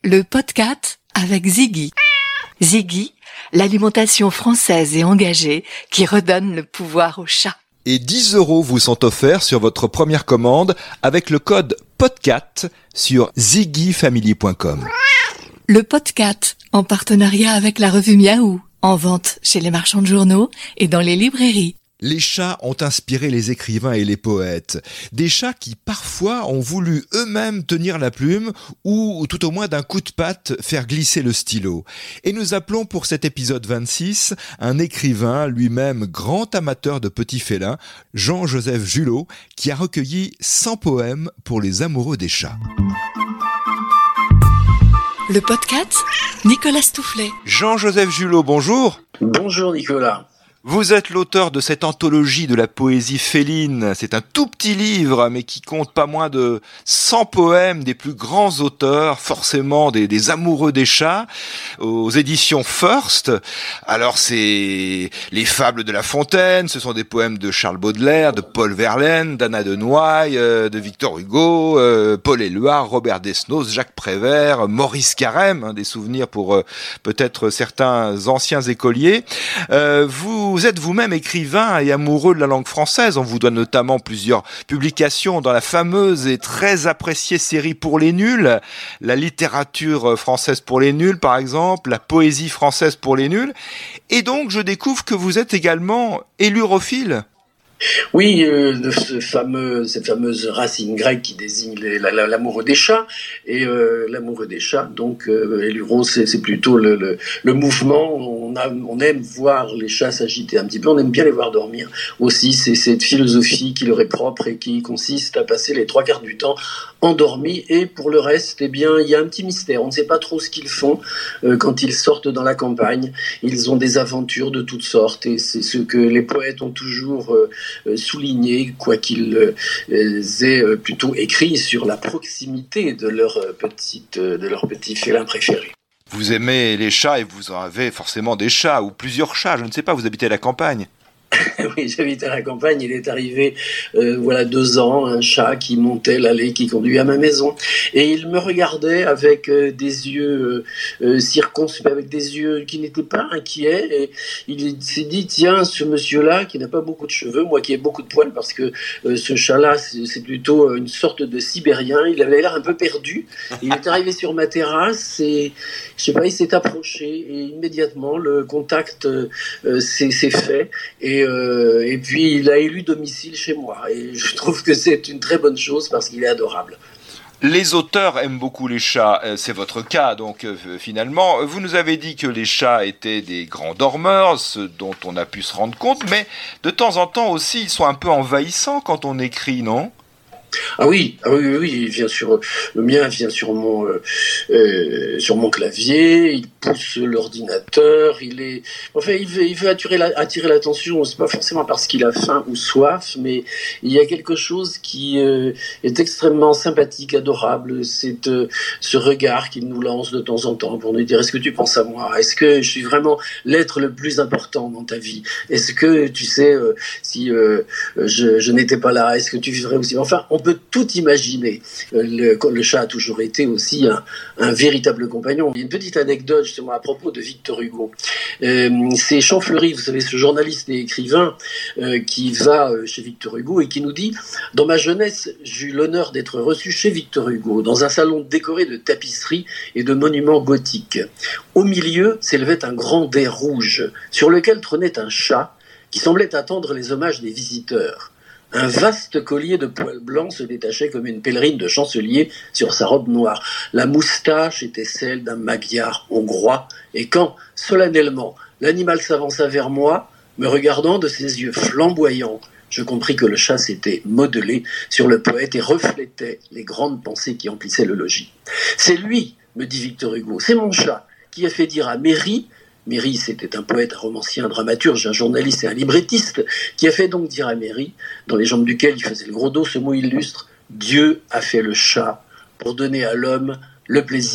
Le podcast avec Ziggy. Ziggy, l'alimentation française et engagée qui redonne le pouvoir aux chats. Et 10 € vous sont offerts sur votre première commande avec le code PODCAT sur ziggyfamily.com. Le podcast, en partenariat avec la revue Miaou, en vente chez les marchands de journaux et dans les librairies. Les chats ont inspiré les écrivains et les poètes. Des chats qui parfois ont voulu eux-mêmes tenir la plume ou tout au moins d'un coup de patte faire glisser le stylo. Et nous appelons pour cet épisode 26 un écrivain, lui-même grand amateur de petits félins, Jean-Joseph Julot, qui a recueilli 100 poèmes pour les amoureux des chats. Le podcast, Nicolas Stoufflet. Jean-Joseph Julot, bonjour. Bonjour Nicolas. Vous êtes l'auteur de cette anthologie de la poésie féline. C'est un tout petit livre, mais qui compte pas moins de 100 poèmes des plus grands auteurs, forcément des amoureux des chats, aux éditions First. Alors c'est les fables de La Fontaine, ce sont des poèmes de Charles Baudelaire, de Paul Verlaine, d'Anna de Noailles, de Victor Hugo, Paul Éluard, Robert Desnos, Jacques Prévert, Maurice Carême, des souvenirs pour peut-être certains anciens écoliers. Vous êtes vous-même écrivain et amoureux de la langue française. On vous doit notamment plusieurs publications dans la fameuse et très appréciée série Pour les nuls, la littérature française pour les nuls par exemple, la poésie française pour les nuls. Et donc je découvre que vous êtes également élurophile. Oui, cette fameuse racine grecque qui désigne l'amoureux des chats, et l'amoureux des chats, donc éluros, c'est plutôt le mouvement. On aime voir les chats s'agiter un petit peu, on aime bien les voir dormir aussi. C'est cette philosophie qui leur est propre et qui consiste à passer les 3/4 du temps endormis, et pour le reste, eh bien, il y a un petit mystère. On ne sait pas trop ce qu'ils font quand ils sortent dans la campagne. Ils ont des aventures de toutes sortes, et c'est ce que les poètes ont toujours souligné, quoiqu'ils aient plutôt écrit sur la proximité de leur petit félin préféré. Vous aimez les chats et vous en avez forcément des chats ou plusieurs chats, je ne sais pas, vous habitez à la campagne. Oui, j'habite à la campagne. Il est arrivé, 2 ans, un chat qui montait l'allée qui conduit à ma maison. Et il me regardait avec des yeux circonspects, avec des yeux qui n'étaient pas inquiets. Et il s'est dit, tiens, ce monsieur-là, qui n'a pas beaucoup de cheveux, moi qui ai beaucoup de poils, parce que ce chat-là, c'est plutôt une sorte de Sibérien. Il avait l'air un peu perdu. Il est arrivé sur ma terrasse et, je sais pas, il s'est approché. Et immédiatement, le contact s'est fait. Et puis il a élu domicile chez moi, et je trouve que c'est une très bonne chose parce qu'il est adorable. Les auteurs aiment beaucoup les chats, c'est votre cas donc finalement. Vous nous avez dit que les chats étaient des grands dormeurs, ce dont on a pu se rendre compte, mais de temps en temps aussi ils sont un peu envahissants quand on écrit, non ? Ah oui, il vient le mien vient sur mon clavier, il pousse l'ordinateur, il veut attirer l'attention, c'est pas forcément parce qu'il a faim ou soif, mais il y a quelque chose qui est extrêmement sympathique, adorable, c'est ce regard qu'il nous lance de temps en temps pour nous dire, est-ce que tu penses à moi? Est-ce que je suis vraiment l'être le plus important dans ta vie? Est-ce que tu sais si je n'étais pas là, est-ce que tu vivrais aussi? Enfin, on peut tout imaginer. Le chat a toujours été aussi un véritable compagnon. Il y a une petite anecdote justement à propos de Victor Hugo. C'est Champfleury, vous savez, ce journaliste et écrivain qui va chez Victor Hugo et qui nous dit « Dans ma jeunesse, j'ai eu l'honneur d'être reçu chez Victor Hugo, dans un salon décoré de tapisseries et de monuments gothiques. Au milieu s'élevait un grand dais rouge, sur lequel trônait un chat qui semblait attendre les hommages des visiteurs. Un vaste collier de poils blancs se détachait comme une pèlerine de chancelier sur sa robe noire. La moustache était celle d'un magyar hongrois, et quand, solennellement, l'animal s'avança vers moi, me regardant de ses yeux flamboyants, je compris que le chat s'était modelé sur le poète et reflétait les grandes pensées qui emplissaient le logis. C'est lui, me dit Victor Hugo, c'est mon chat, qui a fait dire à Méry, Méry, c'était un poète, un romancier, un dramaturge, un journaliste et un librettiste, qui a fait donc dire à Méry, dans les jambes duquel il faisait le gros dos, ce mot illustre, « Dieu a fait le chat pour donner à l'homme le plaisir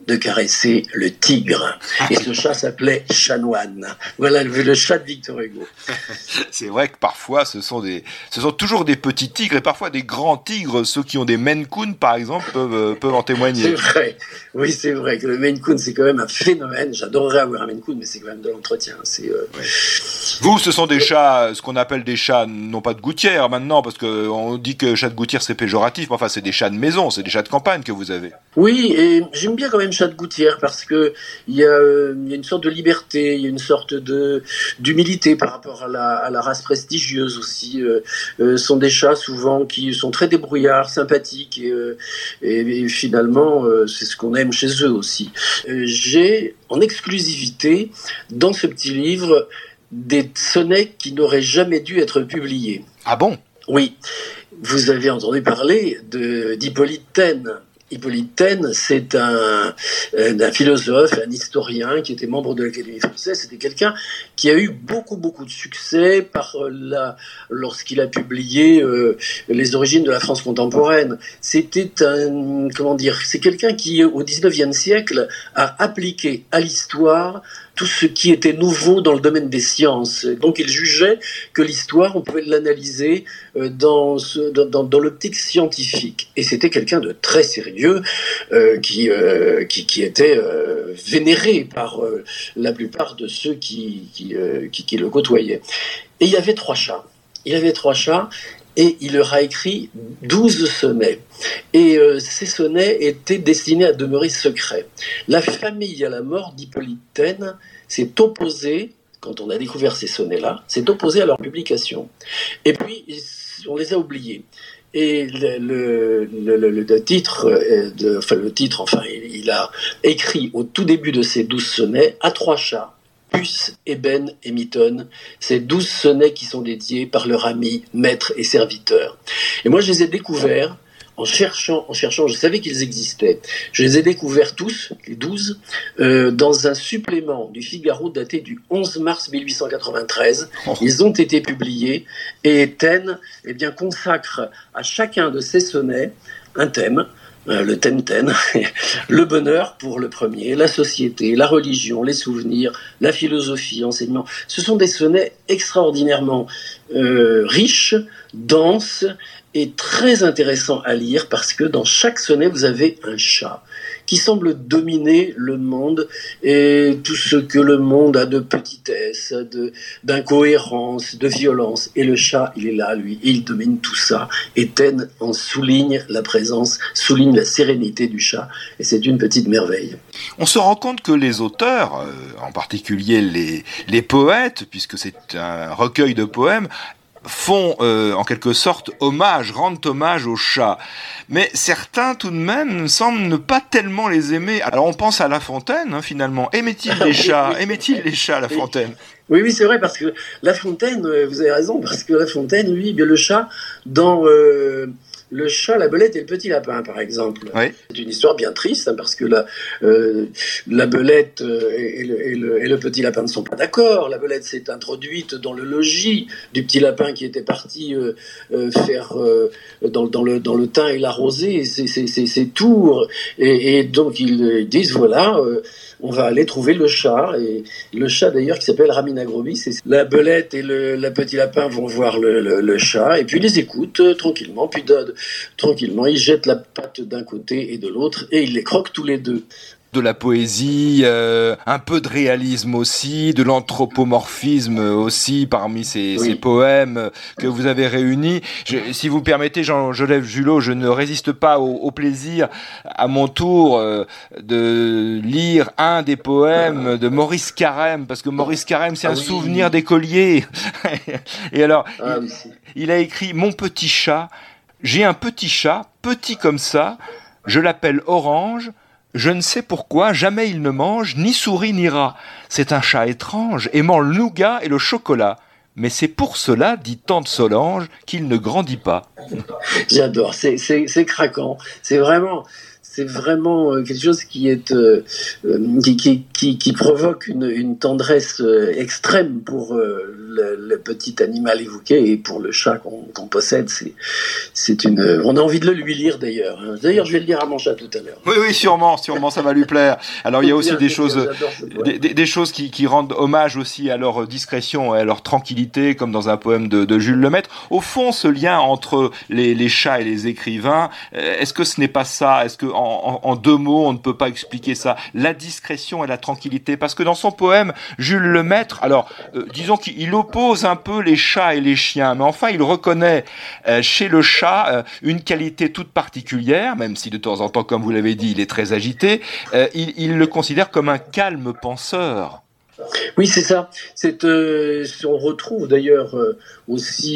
de caresser le tigre. Et ce chat s'appelait Chanoine. Voilà le chat de Victor Hugo. C'est vrai que parfois, ce sont toujours des petits tigres et parfois des grands tigres. Ceux qui ont des Maine Coon, par exemple, peuvent en témoigner. C'est vrai. Oui, c'est vrai que le Maine Coon, c'est quand même un phénomène. J'adorerais avoir un Maine Coon, mais c'est quand même de l'entretien. Ouais. Vous, ce sont des chats, ce qu'on appelle des chats, non pas de gouttière maintenant, parce qu'on dit que chat de gouttière, c'est péjoratif, mais enfin, c'est des chats de maison, c'est des chats de campagne que vous avez. Oui, et j'aime bien quand même chat de gouttière parce que il y a une sorte de liberté, il y a une sorte d'humilité par rapport à la race prestigieuse aussi. Sont des chats souvent qui sont très débrouillards, sympathiques et finalement c'est ce qu'on aime chez eux aussi. J'ai en exclusivité dans ce petit livre des sonnets qui n'auraient jamais dû être publiés. Ah bon ? Oui, vous avez entendu parler d'Hippolyte Taine. Hippolyte Taine, c'est un philosophe, un historien qui était membre de l'Académie française. C'était quelqu'un qui a eu beaucoup de succès lorsqu'il a publié les origines de la France contemporaine. C'est quelqu'un qui, au XIXe siècle, a appliqué à l'histoire tout ce qui était nouveau dans le domaine des sciences. Donc il jugeait que l'histoire, on pouvait l'analyser dans l'optique scientifique. Et c'était quelqu'un de très sérieux qui était vénéré par la plupart de ceux qui le côtoyaient. Et il y avait 3 chats. Et il leur a écrit 12 sonnets. Et ces sonnets étaient destinés à demeurer secrets. La famille, à la mort d'Hippolyte Taine, s'est opposée, quand on a découvert ces sonnets-là, s'est opposée à leur publication. Et puis, on les a oubliés. Et le titre, il a écrit au tout début de ces 12 sonnets à 3 chats. Puce, Ébène et Mitonne, ces 12 sonnets qui sont dédiés par leur ami, maître et serviteur. Et moi, je les ai découverts en cherchant, je savais qu'ils existaient. Je les ai découverts tous, les 12, dans un supplément du Figaro daté du 11 mars 1893. Ils ont été publiés et Taine consacre à chacun de ces sonnets un thème. Le thème Taine, le bonheur pour le premier, la société, la religion, les souvenirs, la philosophie, l'enseignement. Ce sont des sonnets extraordinairement riches, denses et très intéressants à lire parce que dans chaque sonnet, vous avez un chat qui semble dominer le monde et tout ce que le monde a de petitesse, d'incohérence, de violence. Et le chat, il est là, lui, et il domine tout ça. Et Taine en souligne la présence, souligne la sérénité du chat. Et c'est une petite merveille. On se rend compte que les auteurs, en particulier les poètes, puisque c'est un recueil de poèmes, font en quelque sorte rendent hommage aux chats. Mais certains tout de même semblent ne pas tellement les aimer. Alors on pense à La Fontaine, finalement. Aimait-il les chats ? Aimait-il les chats, La Fontaine ? Oui, c'est vrai, parce que La Fontaine, vous avez raison, parce que La Fontaine, lui, le chat, dans Le chat, la belette et le petit lapin, par exemple. Oui. C'est une histoire bien triste, parce que la belette et le petit lapin ne sont pas d'accord. La belette s'est introduite dans le logis du petit lapin qui était parti faire dans le thym et la rosée ses tours. Et donc ils disent, voilà... on va aller trouver le chat, et le chat d'ailleurs qui s'appelle Raminagrobis, et la belette et le petit lapin vont voir le chat, et puis ils les écoutent tranquillement, puis tranquillement ils jettent la patte d'un côté et de l'autre, et ils les croquent tous les deux. De la poésie, un peu de réalisme aussi, de l'anthropomorphisme aussi parmi ces poèmes que vous avez réunis. Si vous permettez, Jean-Joseph Julot, je ne résiste pas au plaisir à mon tour de lire un des poèmes de Maurice Carême, parce que Maurice Carême, c'est un souvenir d'écolier. Et alors, il a écrit « Mon petit chat, j'ai un petit chat, petit comme ça, je l'appelle Orange. Je ne sais pourquoi, jamais il ne mange ni souris ni rat. C'est un chat étrange, aimant le nougat et le chocolat. Mais c'est pour cela, dit tante Solange, qu'il ne grandit pas. » J'adore, c'est craquant. C'est vraiment... c'est vraiment quelque chose qui est qui provoque une tendresse extrême pour le petit animal évoqué, et pour le chat qu'on possède. On a envie de le lui lire d'ailleurs. D'ailleurs, je vais le lire à mon chat tout à l'heure. Oui, sûrement, ça va lui plaire. Alors il y a aussi des choses qui rendent hommage aussi à leur discrétion et à leur tranquillité, comme dans un poème de Jules Lemaître. Au fond, ce lien entre les chats et les écrivains, est-ce que ce n'est pas ça? Est-ce que en deux mots, on ne peut pas expliquer ça? La discrétion et la tranquillité. Parce que dans son poème, Jules Lemaître, alors disons qu'il oppose un peu les chats et les chiens, mais enfin il reconnaît chez le chat une qualité toute particulière, même si de temps en temps, comme vous l'avez dit, il est très agité. Il le considère comme un calme penseur. Oui, c'est ça. On retrouve d'ailleurs aussi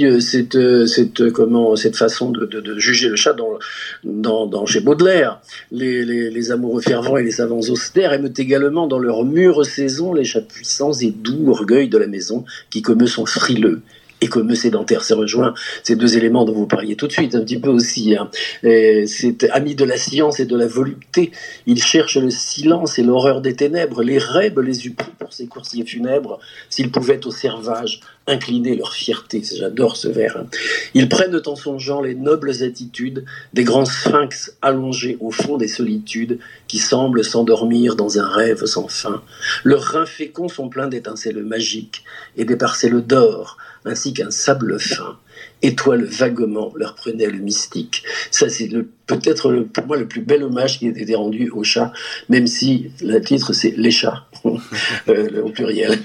cette façon de juger le chat chez Baudelaire. Les amoureux fervents et les savants austères aiment également dans leur mûre saison les chats puissants et doux, orgueil de la maison, qui comme eux sont frileux et comme eux sédentaires. Ça rejoint ces deux éléments dont vous parliez tout de suite un petit peu aussi. C'est ami de la science et de la volupté. Il cherche le silence et l'horreur des ténèbres. Les rêves les eût pris pour ces coursiers funèbres, s'ils pouvaient au servage incliner leur fierté. J'adore ce vers. Ils prennent en songeant les nobles attitudes des grands sphinx allongés au fond des solitudes, qui semblent s'endormir dans un rêve sans fin. Leurs reins féconds sont pleins d'étincelles magiques et des parcelles d'or, ainsi qu'un sable fin. Étoile vaguement leur prunelle mystique. Ça, c'est peut-être pour moi le plus bel hommage qui a été rendu au chat, même si le titre c'est Les chats, au pluriel.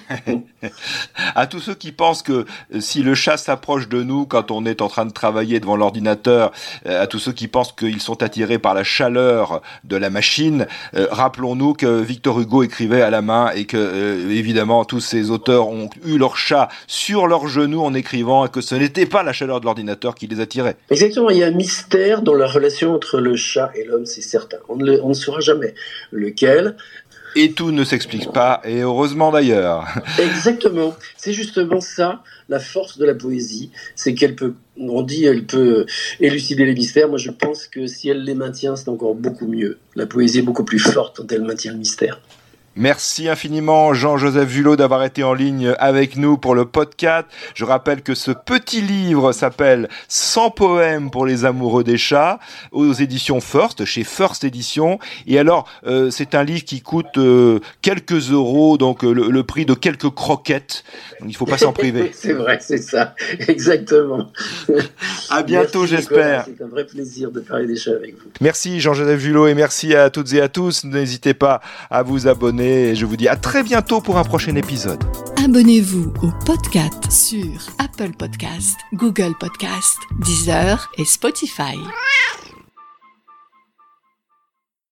À tous ceux qui pensent que si le chat s'approche de nous quand on est en train de travailler devant l'ordinateur, à tous ceux qui pensent qu'ils sont attirés par la chaleur de la machine, rappelons-nous que Victor Hugo écrivait à la main et que, évidemment, tous ces auteurs ont eu leur chat sur leurs genoux en écrivant, et que ce n'était pas la chaleur de l'ordinateur qui les attirait. Exactement, il y a un mystère dans la relation entre le chat et l'homme, c'est certain. On ne saura jamais lequel. Et tout ne s'explique pas, et heureusement d'ailleurs. Exactement, c'est justement ça, la force de la poésie, c'est elle peut élucider les mystères. Moi je pense que si elle les maintient, c'est encore beaucoup mieux. La poésie est beaucoup plus forte quand elle maintient le mystère. Merci infiniment Jean-Joseph Vulot d'avoir été en ligne avec nous pour le podcast. Je rappelle que ce petit livre s'appelle 100 poèmes pour les amoureux des chats, aux éditions First, chez First Éditions. Et alors, c'est un livre qui coûte quelques euros, donc le prix de quelques croquettes. Donc, il ne faut pas s'en priver. C'est vrai, c'est ça, exactement. À bientôt, merci, j'espère. Nicolas, c'est un vrai plaisir de parler des chats avec vous. Merci Jean-Joseph Vulot et merci à toutes et à tous. N'hésitez pas à vous abonner. Et je vous dis à très bientôt pour un prochain épisode. Abonnez-vous au podcast sur Apple Podcast, Google Podcast, Deezer et Spotify.